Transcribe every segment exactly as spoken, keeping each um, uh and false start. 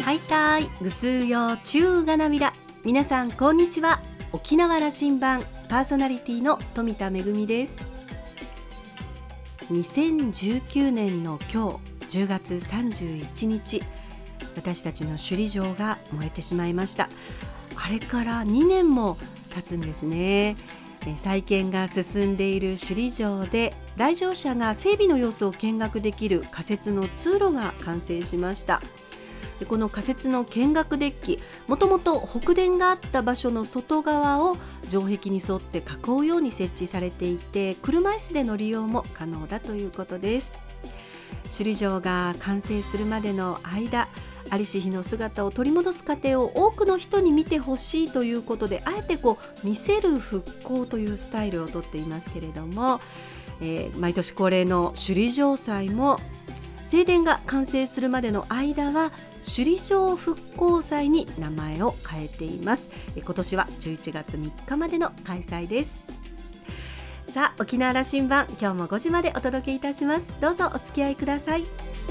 はいたいぐすうようちゅうがなみら。皆さんこんにちは。沖縄羅針盤パーソナリティの富田恵です。にせんじゅうきゅうねんの今日じゅうがつさんじゅういちにち、私たちの首里城が燃えてしまいました。あれからにねんも経つんですね。再建が進んでいる首里城で、来場者が整備の様子を見学できる仮設の通路が完成しました。この仮設の見学デッキ、もともと北殿があった場所の外側を城壁に沿って囲うように設置されていて、車椅子での利用も可能だということです。首里城が完成するまでの間、在りし日の姿を取り戻す過程を多くの人に見てほしいということで、あえてこう見せる復興というスタイルをとっていますけれども、えー、毎年恒例の首里城祭も正殿が完成するまでの間は首里城復興祭に名前を変えています。今年はじゅういちがつみっかまでの開催です。さあ、沖縄羅針盤、今日もごじまでお届けいたします。どうぞお付き合いください。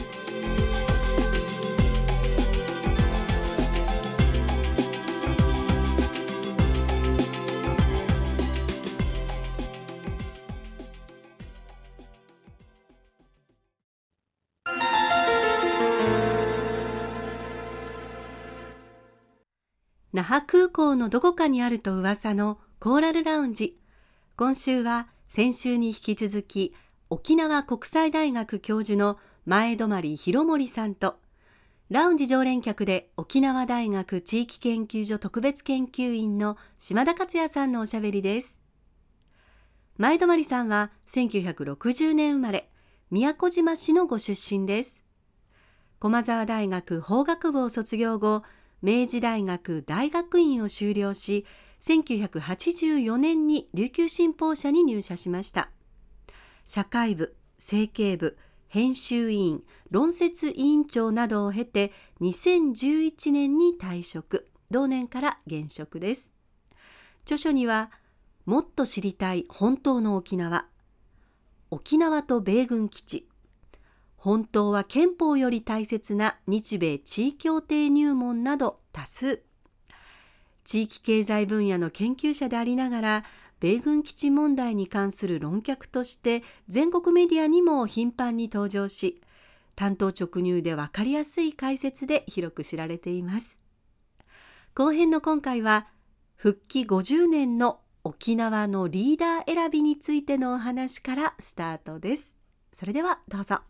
那覇空港のどこかにあると噂のコーラルラウンジ。今週は先週に引き続き、沖縄国際大学教授の前泊博盛さんと、ラウンジ常連客で沖縄大学地域研究所特別研究員の島田克也さんのおしゃべりです。前泊さんはせんきゅうひゃくろくじゅうねん生まれ、宮古島市のご出身です。駒澤大学法学部を卒業後、明治大学大学院を修了し、せんきゅうひゃくはちじゅうよねんに琉球新報社に入社しました。社会部、政経部、編集委員、論説委員長などを経て、にせんじゅういちねんに退職、同年から現職です。著書には、もっと知りたい本当の沖縄、沖縄と米軍基地、本当は憲法より大切な日米地位協定入門など多数。地域経済分野の研究者でありながら、米軍基地問題に関する論客として全国メディアにも頻繁に登場し、単刀直入で分かりやすい解説で広く知られています。後編の今回は、復帰ごじゅうねんの沖縄のリーダー選びについてのお話からスタートです。それではどうぞ。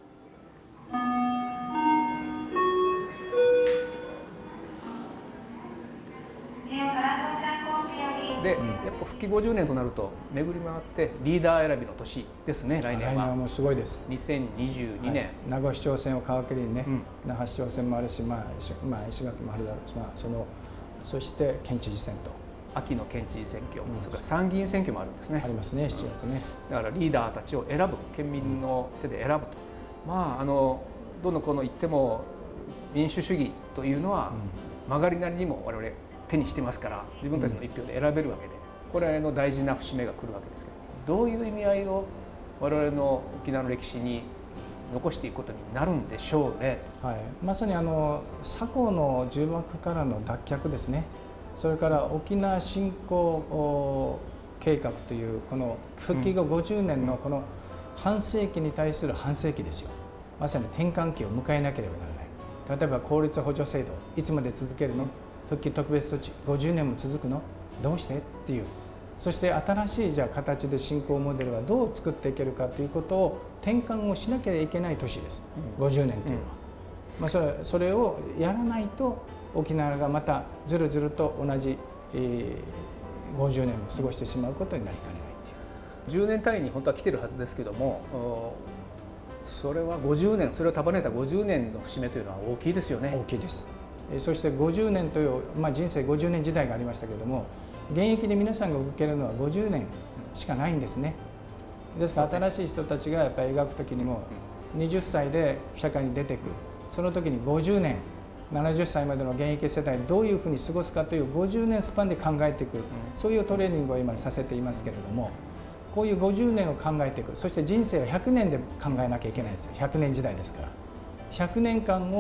で、やっぱ復帰ごじゅうねんとなると巡り回ってリーダー選びの年ですね。来年は来年はもうすごいです。 にせんにじゅうにねん、はい、 名護市長選を皮切りにね、うん、那覇市長選もあるし、まあ、石まあ、石垣もあるだろうし、まあ、そのそして県知事選と秋の県知事選挙、うん、それから参議院選挙もあるんですね。 ありますね、しちがつね。 だからリーダーたちを選ぶ、県民の手で選ぶと、まああのどのこの言っても民主主義というのは、うん、曲がりなりにも我々手にしてますから、自分たちの一票で選べるわけで、これの大事な節目が来るわけですけど、どういう意味合いを我々の沖縄の歴史に残していくことになるんでしょうね。 はい、まさにあの鎖国の重幕からの脱却ですね。それから沖縄振興計画というこの復帰後ごじゅうねんのこの半世紀に対する半世紀ですよ。まさに転換期を迎えなければならない。例えば公立補助制度、いつまで続けるの？復帰特別措置ごじゅうねんも続くの？どうしてっていう、そして新しいじゃあ形で振興モデルはどう作っていけるかということを転換をしなきゃいけない年です、うん、ごじゅうねんというのは、うん、まあ、それ、それをやらないと沖縄がまたずるずると同じ、えー、ごじゅうねんを過ごしてしまうことになりかねないっていう。 じゅうねん単位に本当は来てるはずですけども、それはごじゅうねん、それを束ねたごじゅうねんの節目というのは大きいですよね。 大きいです。そしてごじゅうねんという、まあ、人生ごじゅうねん時代がありましたけれども、現役で皆さんが受けるのはごじゅうねんしかないんですね。ですから新しい人たちがやっぱり描くときにもはたちで社会に出てくる、その時にごじゅうねんななじゅっさいまでの現役世代どういうふうに過ごすかというごじゅうねんスパンで考えていく、そういうトレーニングを今させていますけれども、こういうごじゅうねんを考えていく、そして人生はひゃくねんで考えなきゃいけないんですよ。ひゃくねん時代ですからひゃくねんかんを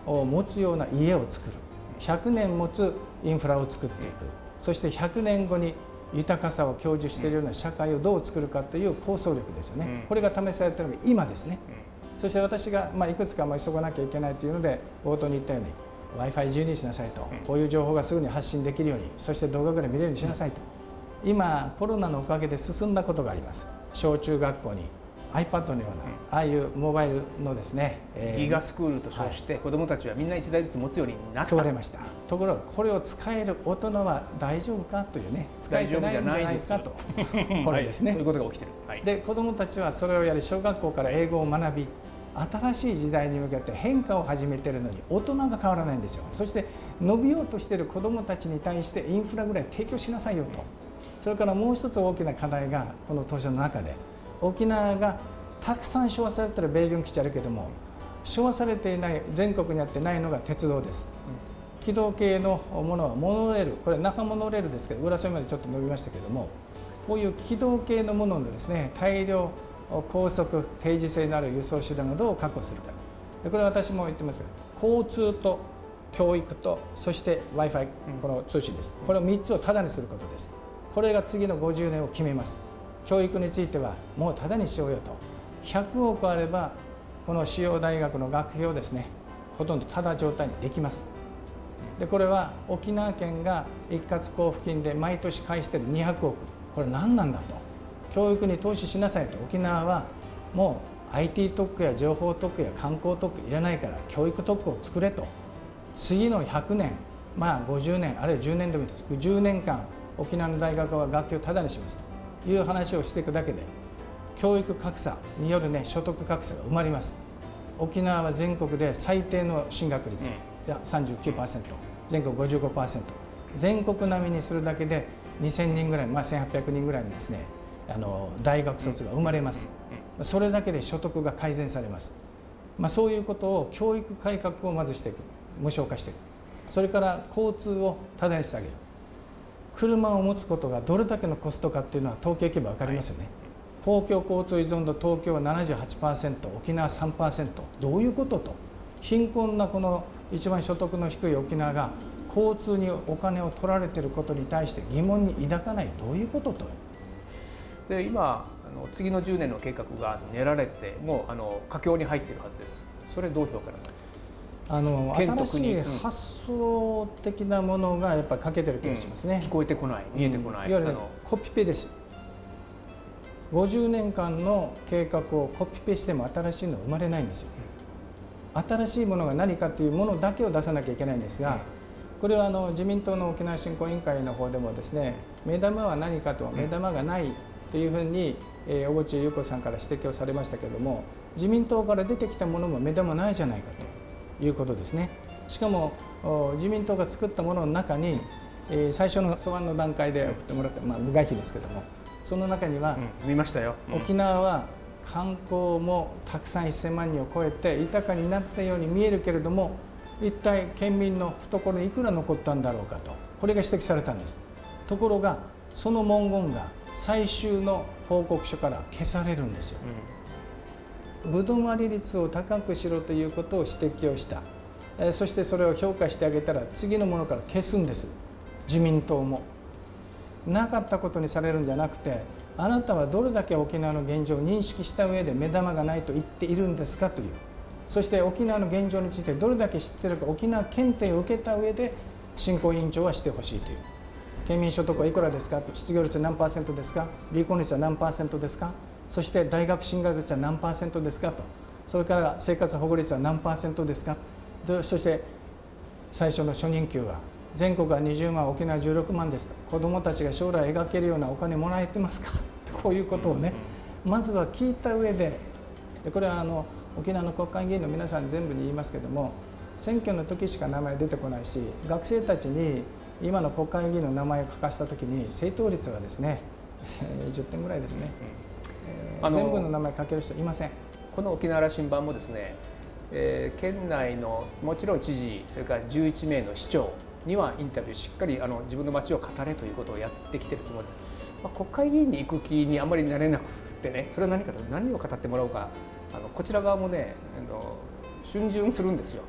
持つような家を作る、ひゃくねん持つインフラを作っていく、そしてひゃくねんごに豊かさを享受しているような社会をどう作るかという構想力ですよね、これが試されているのが今ですね。そして私が、まあ、いくつか急がなきゃいけないというので冒頭に言ったように Wi-Fi 自由にしなさいと、こういう情報がすぐに発信できるように、そして動画ぐらい見れるようにしなさいと。今コロナのおかげで進んだことがあります。小中学校に iPad のような、うん、ああいうモバイルのですね、 えー、ギガスクールと称して、はい、子どもたちはみんないちだいずつ持つようになったと言われました。ところがこれを使える大人は大丈夫かというね、使えてないんじゃないかとこれですね、 はい、そういうことが起きてる、はい、 で子どもたちはそれをやり、小学校から英語を学び、新しい時代に向けて変化を始めているのに大人が変わらないんですよ。そして伸びようとしている子どもたちに対してインフラぐらい提供しなさいよと。それからもう一つ大きな課題がこの図書の中で、沖縄がたくさん昭和されている米軍基地あるけども、昭和されていない、全国にあってないのが鉄道です。うん、軌道系のものはモノレール、これ那覇モノレールですけど、浦添までちょっと伸びましたけども、こういう軌道系のもののですね、大量高速定時性のある輸送手段をどう確保するか。でこれは私も言ってますけど、交通と教育とそして Wi-Fi、この通信です。これをみっつをタダにすることです。これが次のごじゅうねんを決めます。教育についてはもうタダにしようよと。ひゃくおくあればこの主要大学の学費をですね、ほとんどタダ状態にできます。でこれは沖縄県が一括交付金で毎年返しているにひゃくおく、これ何なんだと。教育に投資しなさいと。沖縄はもう アイティー 特区や情報特区や観光特区いらないから教育特区を作れと。次のひゃくねん、まあごじゅうねんあるいはじゅうねんでもいいです。じゅうねんかん沖縄の大学は学費をタダにしますという話をしていくだけで、教育格差による、ね、所得格差が埋まります。沖縄は全国で最低の進学率、うん、さんじゅうきゅうパーセント、全国 ごじゅうごパーセント、全国並みにするだけでにせんにんぐらい、まあ、せんはっぴゃくにんぐらいのですね、あの大学卒が生まれます。それだけで所得が改善されます。まあ、そういうことを教育改革をまずしていく、無償化していく、それから交通をタダにしてあげる。車を持つことがどれだけのコストかっていうのは統計いけば分かりますよね。はい、公共交通依存度、東京は ななじゅうはちパーセント、沖縄 さんパーセント、どういうことと。貧困なこの一番所得の低い沖縄が交通にお金を取られていることに対して疑問に抱かない、どういうことと。 で今あの次のじゅうねんの計画が練られて、もうあの佳境に入っているはずです。それどう評価なさいますか。 あの新しい発想的なものがやっぱり欠けてる気がしますね。 うん、聞こえてこない、見えてこない。 いわゆる、ね、コピペです。ごじゅうねんかんの計画をコピペしても新しいのは生まれないんですよ。うん、新しいものが何かというものだけを出さなきゃいけないんですが、うん、これはあの自民党の沖縄振興委員会の方でもですね、目玉は何かと、目玉がないというふうに、えー、小渕優子さんから指摘をされましたけれども、自民党から出てきたものも目玉ないじゃないかということですね。しかも自民党が作ったものの中に、えー、最初の素案の段階で送ってもらった、まあ、無害費ですけども、その中には、 うん、見ましたよ、 うん、沖縄は観光もたくさんせんまんにんを超えて豊かになったように見えるけれども、一体県民の懐にいくら残ったんだろうかと、これが指摘されたんです。ところがその文言が最終の報告書から消されるんですよ。うん、ぶどまり率を高くしろということを指摘をした。えー、そしてそれを評価してあげたら次のものから消すんです。自民党もなかったことにされるんじゃなくて、あなたはどれだけ沖縄の現状を認識した上で目玉がないと言っているんですかという、そして沖縄の現状についてどれだけ知っているか、沖縄検定を受けた上で振興委員長はしてほしいという。県民所得はいくらですか、失業率何パーセントですか、離婚率は何パーセントですか、そして大学進学率は何パーセントですかと、それから生活保護率は何パーセントですか、そして最初の初任給は全国はにじゅうまん、沖縄じゅうろくまんですと、子どもたちが将来描けるようなお金もらえてますか、こういうことをね、まずは聞いた上で、これはあの沖縄の国会議員の皆さん全部に言いますけども、選挙の時しか名前出てこないし、学生たちに今の国会議員の名前を書かせた時に正答率はですねじゅってんぐらいですね。えー、全部の名前書ける人いません。 この沖縄羅針盤もですね、えー、県内のもちろん知事、それからじゅういちめいの市長にはインタビューしっかりあの自分の町を語れということをやってきているつもりです。まあ、国会議員に行く気にあまりなれなくてね、それは何かと何を語ってもらおうか、あのこちら側もね、あの逡巡するんですよ。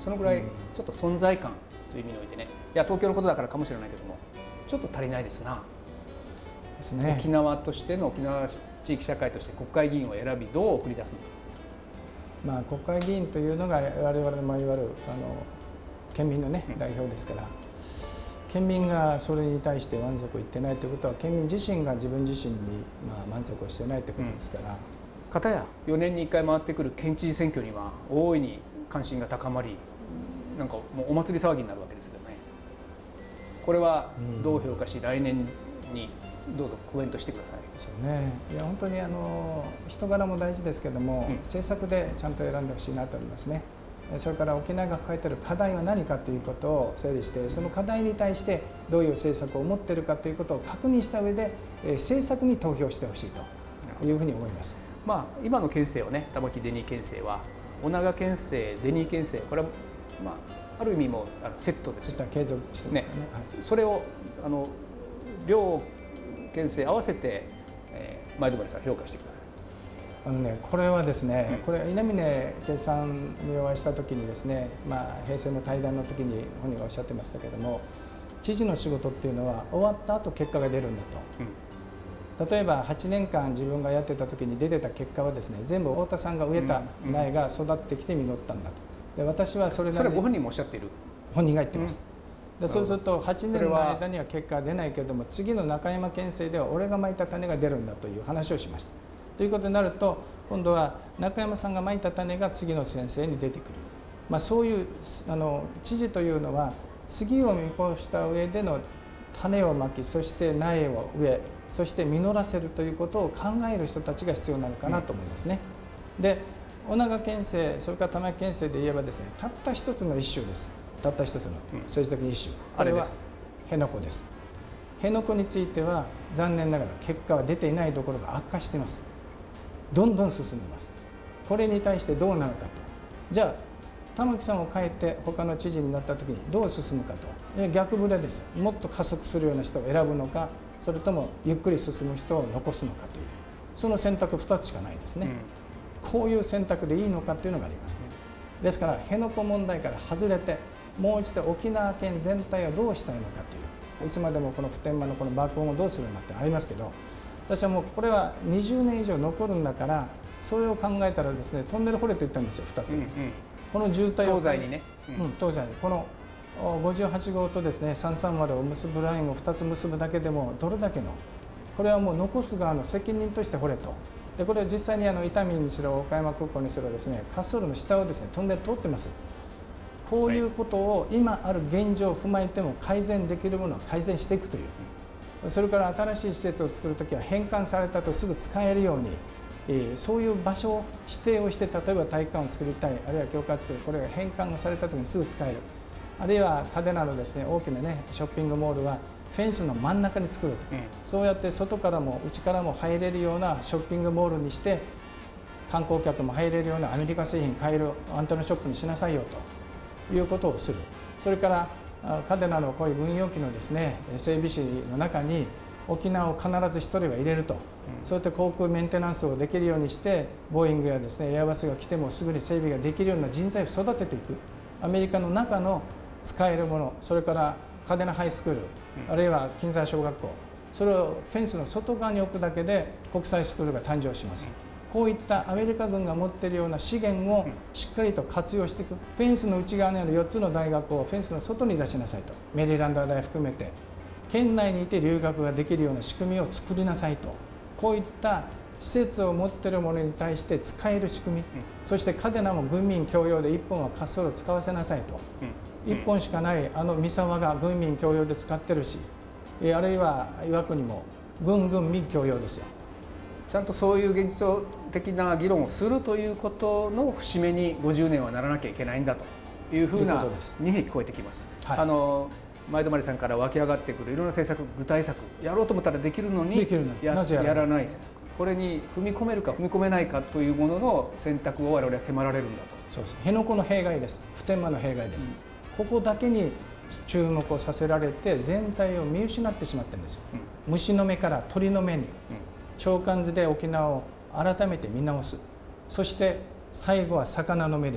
そのぐらいちょっと存在感という意味においてね、いや東京のことだからかもしれないけどもちょっと足りないですな。 ですね。 沖縄としての沖縄地域社会として国会議員を選びどう送り出すのか。 まあ国会議員というのが我々のいわゆるあの県民のね代表ですから、県民がそれに対して満足いってないということは県民自身が自分自身にまあ満足をしていないということですから。 かたやよねんにいっかい回ってくる県知事選挙には大いに関心が高まり、なんかもうお祭り騒ぎになるわけですよね。これはどう評価し、来年にどうぞコメントしてください。 そうね。いや本当にあの人柄も大事ですけども、うん、政策でちゃんと選んでほしいなと思いますね。それから沖縄が抱えている課題は何かということを整理して、その課題に対してどういう政策を持っているかということを確認した上で政策に投票してほしいというふうに思います。 まあ今の県政をね、玉城デニー県政は女川県政、デニー県政、これはまあある意味もあのセットですよ。 継続してますからね。 はい、それをあの両県政合わせて、えー、前泊さん評価してください。 あのね、これはですね、うん、これ稲峰圭さんにお会いした時にですね、まあ、平成の対談の時に本人がおっしゃってましたけども、知事の仕事っていうのは終わった後結果が出るんだと。うん、例えばはちねんかん自分がやってた時に出てた結果はですね、全部太田さんが植えた苗が育ってきて実ったんだと。で私はそれなりに、 それはご本人もおっしゃっている。 本人が言ってます。うん、でそうするとはちねんの間には結果は出ないけれども、次の中山県政では俺がまいた種が出るんだという話をしました。ということになると、今度は中山さんがまいた種が次の先生に出てくる、まあ、そういうあの知事というのは次を見越した上での種をまき、そして苗を植え、そして実らせるということを考える人たちが必要なのかなと思いますね。うん、で女川県政、それから玉城県政で言えばですね、たった一つの一種です。たった一つの政治的一種、 あれは辺野古です。辺野古については残念ながら結果は出ていないところが悪化しています。どんどん進んでいます。これに対してどうなのかと。じゃあ玉城さんを変えて他の知事になった時にどう進むかと。逆ブレです。もっと加速するような人を選ぶのか、それともゆっくり進む人を残すのかという、その選択ふたつしかないですね。うん、こういう選択でいいのかというのがあります。ですから辺野古問題から外れて、もう一度沖縄県全体をどうしたいのかという、いつまでもこの普天間のこの爆音をどうするのかってありますけど、私はもうこれはにじゅうねん以上残るんだから、それを考えたらですね、トンネル掘れと言ったんですよ、ふたつ。うんうん、この渋滞を東西にね、 うん、東西にこのごじゅうはちごうとですねさんさんまるを結ぶラインをふたつ結ぶだけでもどれだけの、これはもう残す側の責任として掘れと。でこれは実際にあの伊丹にしろ岡山空港にしろですね、滑走路の下をですねトンネル通ってます。こういうことを今ある現状を踏まえても改善できるものは改善していくという。それから新しい施設を作るときは返還されたとすぐ使えるように、えー、そういう場所を指定をして、例えば体育館を作りたい、あるいは教会を作る、これが返還をされたときにすぐ使える、あるいは嘉手納のですね大きなねショッピングモールはフェンスの真ん中に作ると、うん、そうやって外からも内からも入れるようなショッピングモールにして、観光客も入れるようなアメリカ製品買えるアンテナショップにしなさいよということをする。それから嘉手納のこういう軍用機のですね整備士の中に沖縄を必ずひとりは入れると、うん、そうやって航空メンテナンスをできるようにして、ボーイングやですねエアバスが来てもすぐに整備ができるような人材を育てていく。アメリカの中の使えるもの、それから嘉手納ハイスクール、うん、あるいは金沢小学校、それをフェンスの外側に置くだけで国際スクールが誕生します。こういったアメリカ軍が持っているような資源をしっかりと活用していく。フェンスの内側にあるよっつの大学をフェンスの外に出しなさいと。メリーランド大含めて県内にいて留学ができるような仕組みを作りなさいと。こういった施設を持っているものに対して使える仕組み、うん、そして嘉手納も軍民共用でいっぽんは滑走路を使わせなさいと、うん、いっぽんしかないあの三沢が軍民共用で使ってるし、あるいは岩国も軍軍民共用ですよ。 ちゃんとそういう現実的な議論をするということの節目にごじゅうねんはならなきゃいけないんだというふうなに聞こえてきます。はい、あの前泊さんから湧き上がってくるいろんな政策、具体策やろうと思ったらできるのにや, なぜやらない、これに踏み込めるか踏み込めないかというものの選択を我々は迫られるんだと。 そうです。辺野古の弊害です。普天間の弊害です。うん、ここだけに注目をさせられて全体を見失ってしまってるんですよ。うん、虫の目から鳥の目に、うん、鳥瞰図で沖縄を改めて見直す。そして最後は魚の目です。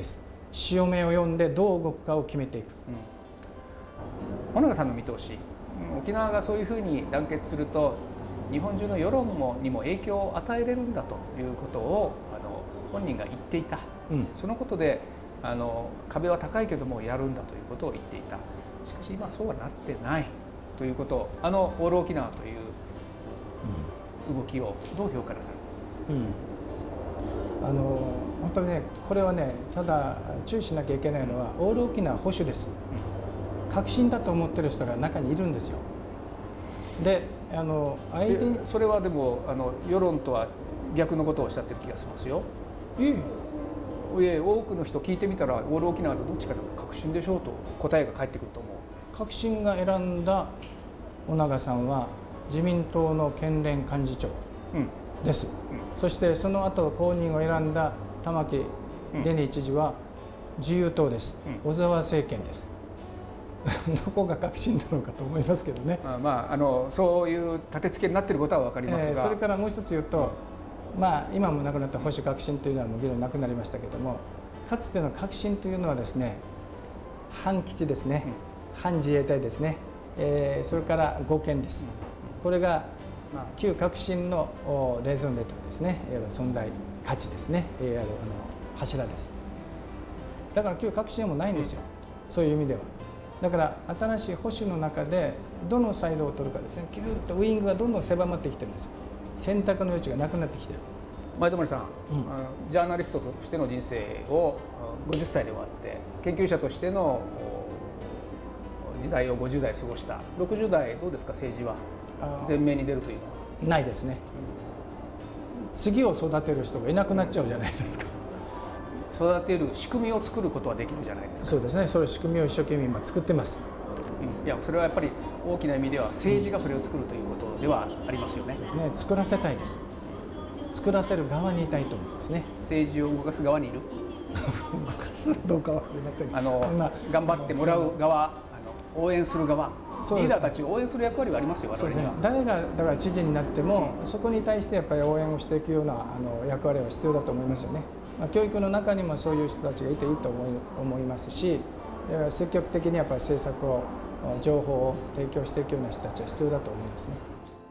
潮目を読んでどう動くかを決めていく。 小永さんの見通し、沖縄がそういうふうに団結すると日本中の世論もにも影響を与えれるんだということをあの本人が言っていた、うん、そのことであの壁は高いけどもやるんだということを言っていた。しかし今そうはなってないということを、あのオール沖縄という動きをどう評価なさる、 うん、あの本当にね、これはね、ただ注意しなきゃいけないのはオール沖縄保守です、うん、革新だと思ってる人が中にいるんですよ。で、あのアイデンそれはでもあの世論とは逆のことをおっしゃってる気がしますよ。 いえいえ、多くの人聞いてみたらオール沖縄とどっちかというと革新でしょうと答えが返ってくると思う。 革新が選んだ尾長さんは自民党の県連幹事長です、うんうん、そしてその後後任を選んだ玉城デニー知事は自由党です、うん、小沢政権ですどこが革新なのかと思いますけどね。 あ、まあ、あのそういう立て付けになっていることは分かりますが、えー、 それからもう一つ言うと、まあ、今もなくなった保守革新というのはもう議論なくなりましたけども、かつての革新というのはですね、反基地ですね、うん、反自衛隊ですね、えー、それから護憲です、うん、これが、まあ、旧革新のレーゾンデータですね、いわゆる存在価値ですね、いわゆるあの柱です。だから旧革新はもうないんですよ、うん、そういう意味では。だから新しい保守の中でどのサイドを取るかですね、キューッとウイングがどんどん狭まってきてるんですよ。選択の余地がなくなってきてる。 前泊さん、うん、ジャーナリストとしての人生をごじゅっさいで終わって研究者としての時代をごじゅう代過ごした。ろくじゅう代どうですか、政治は前面に出るというのは。 ないですね、うん、次を育てる人がいなくなっちゃうじゃないですか。 育てる仕組みを作ることはできるじゃないですか。 そうですね、そういう仕組みを一生懸命今作ってます、 うん、いや、それはやっぱり大きな意味では政治がそれを作るということではありますよね。 そうですね、作らせたいです。作らせる側にいたいと思いますね。 政治を動かす側にいる動かすどうかは分かりません。 あの頑張ってもらう側、あの応援する側、リーダーたちを応援する役割はありますよ、我々には。 誰がだから知事になっても、そこに対してやっぱり応援をしていくようなあの役割は必要だと思いますよね。まあ、教育の中にもそういう人たちがいていいと思い、思いますし、積極的にやっぱり政策を、情報を提供していくような人たちは必要だと思いますね。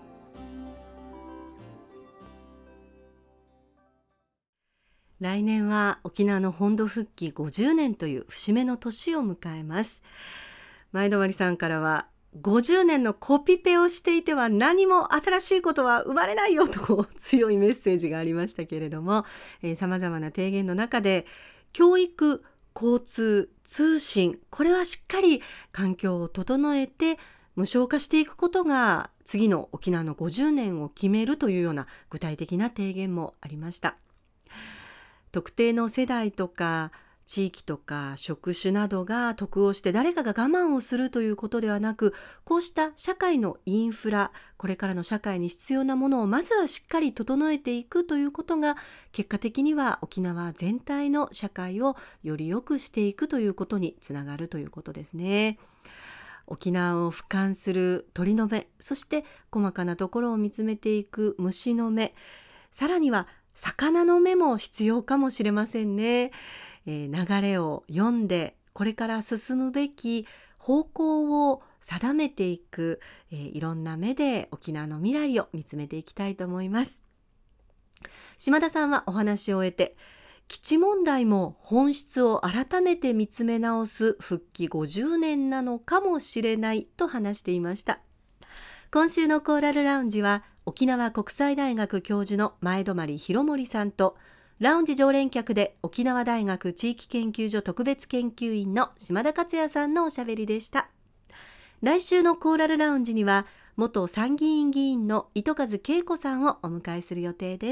来年は沖縄の本土復帰ごじゅうねんという節目の年を迎えます。前泊さんからは、ごじゅうねんのコピペをしていては何も新しいことは生まれないよと強いメッセージがありましたけれども、さまざまな提言の中で教育、交通、通信、これはしっかり環境を整えて無償化していくことが次の沖縄のごじゅうねんを決めるというような具体的な提言もありました。特定の世代とか地域とか職種などが得をして誰かが我慢をするということではなく、こうした社会のインフラ、これからの社会に必要なものをまずはしっかり整えていくということが、結果的には沖縄全体の社会をより良くしていくということにつながるということですね。沖縄を俯瞰する鳥の目、そして細かなところを見つめていく虫の目、さらには魚の目も必要かもしれませんね。えー、流れを読んでこれから進むべき方向を定めていく、えー、いろんな目で沖縄の未来を見つめていきたいと思います。島田さんはお話を終えて、基地問題も本質を改めて見つめ直す復帰ごじゅうねんなのかもしれないと話していました。今週のコーラルラウンジは沖縄国際大学教授の前泊博盛さんと、ラウンジ常連客で沖縄大学地域研究所特別研究員の島田克也さんのおしゃべりでした。来週のコーラルラウンジには元参議院議員の糸数恵子さんをお迎えする予定です。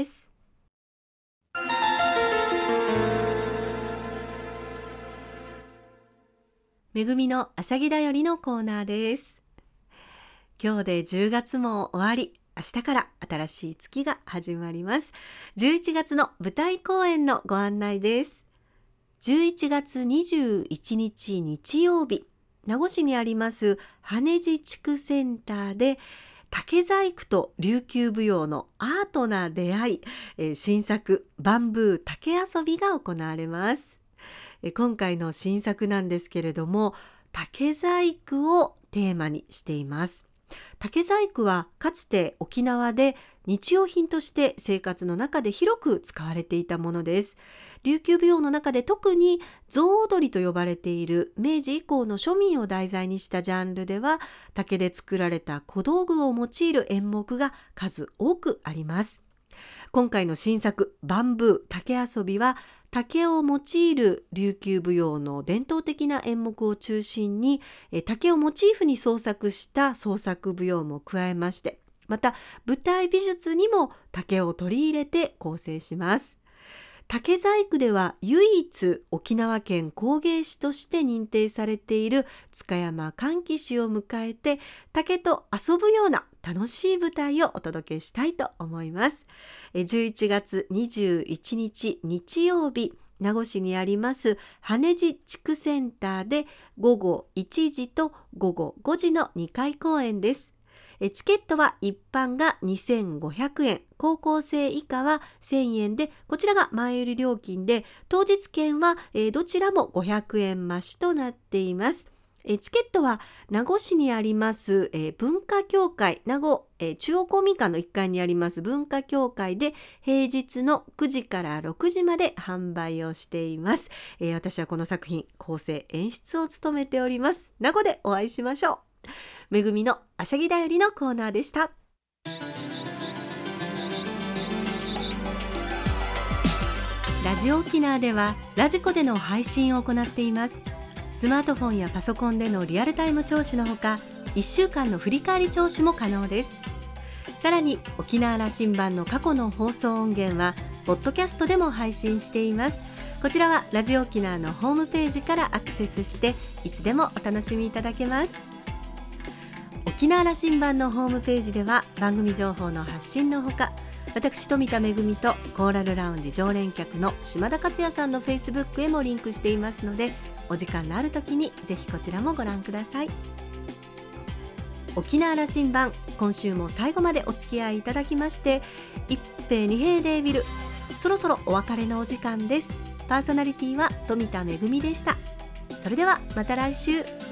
めぐみのあしゃぎだよりのコーナーです。今日でじゅうがつも終わり、明日から新しい月が始まります。じゅういちがつの舞台公演のご案内です。じゅういちがつにじゅういちにち日曜日、名護市にあります羽地地区センターで竹細工と琉球舞踊のアートな出会い、えー、新作バンブー竹遊びが行われます。 え今回の新作なんですけれども、竹細工をテーマにしています。竹細工はかつて沖縄で日用品として生活の中で広く使われていたものです。琉球舞踊の中で特に象踊りと呼ばれている明治以降の庶民を題材にしたジャンルでは、竹で作られた小道具を用いる演目が数多くあります。今回の新作バンブー竹遊びは、竹を用いる琉球舞踊の伝統的な演目を中心に、竹をモチーフに創作した創作舞踊も加えまして、また舞台美術にも竹を取り入れて構成します。竹細工では唯一沖縄県工芸士として認定されている塚山寛喜氏を迎えて、竹と遊ぶような楽しい舞台をお届けしたいと思います。じゅういちがつにじゅういちにち日曜日、名護市にあります羽地地区センターでごごいちじとごごごじのにかい公演です。チケットは一般がにせんごひゃくえん、高校生以下はせんえんで、こちらが前売り料金で、当日券はどちらもごひゃくえん増しとなっています。チケットは名護市にあります文化協会、名護中央公民館のいっかいにあります文化協会で平日のくじからろくじまで販売をしています。私はこの作品構成演出を務めております。名護でお会いしましょう。めぐみのあしゃぎだよりのコーナーでした。ラジオ沖縄ではラジコでの配信を行っています。スマートフォンやパソコンでのリアルタイム聴取のほか、いっしゅうかんの振り返り聴取も可能です。さらに沖縄羅針盤の過去の放送音源はポッドキャストでも配信しています。こちらはラジオ沖縄のホームページからアクセスして、いつでもお楽しみいただけます。沖縄羅針盤のホームページでは番組情報の発信のほか、私富田恵とコーラルラウンジ常連客の島田克也さんのフェイスブックへもリンクしていますので、お時間のある時にぜひこちらもご覧ください。沖縄羅針盤、今週も最後までお付き合いいただきまして一平二平デービル、そろそろお別れのお時間です。パーソナリティは富田恵でした。それではまた来週。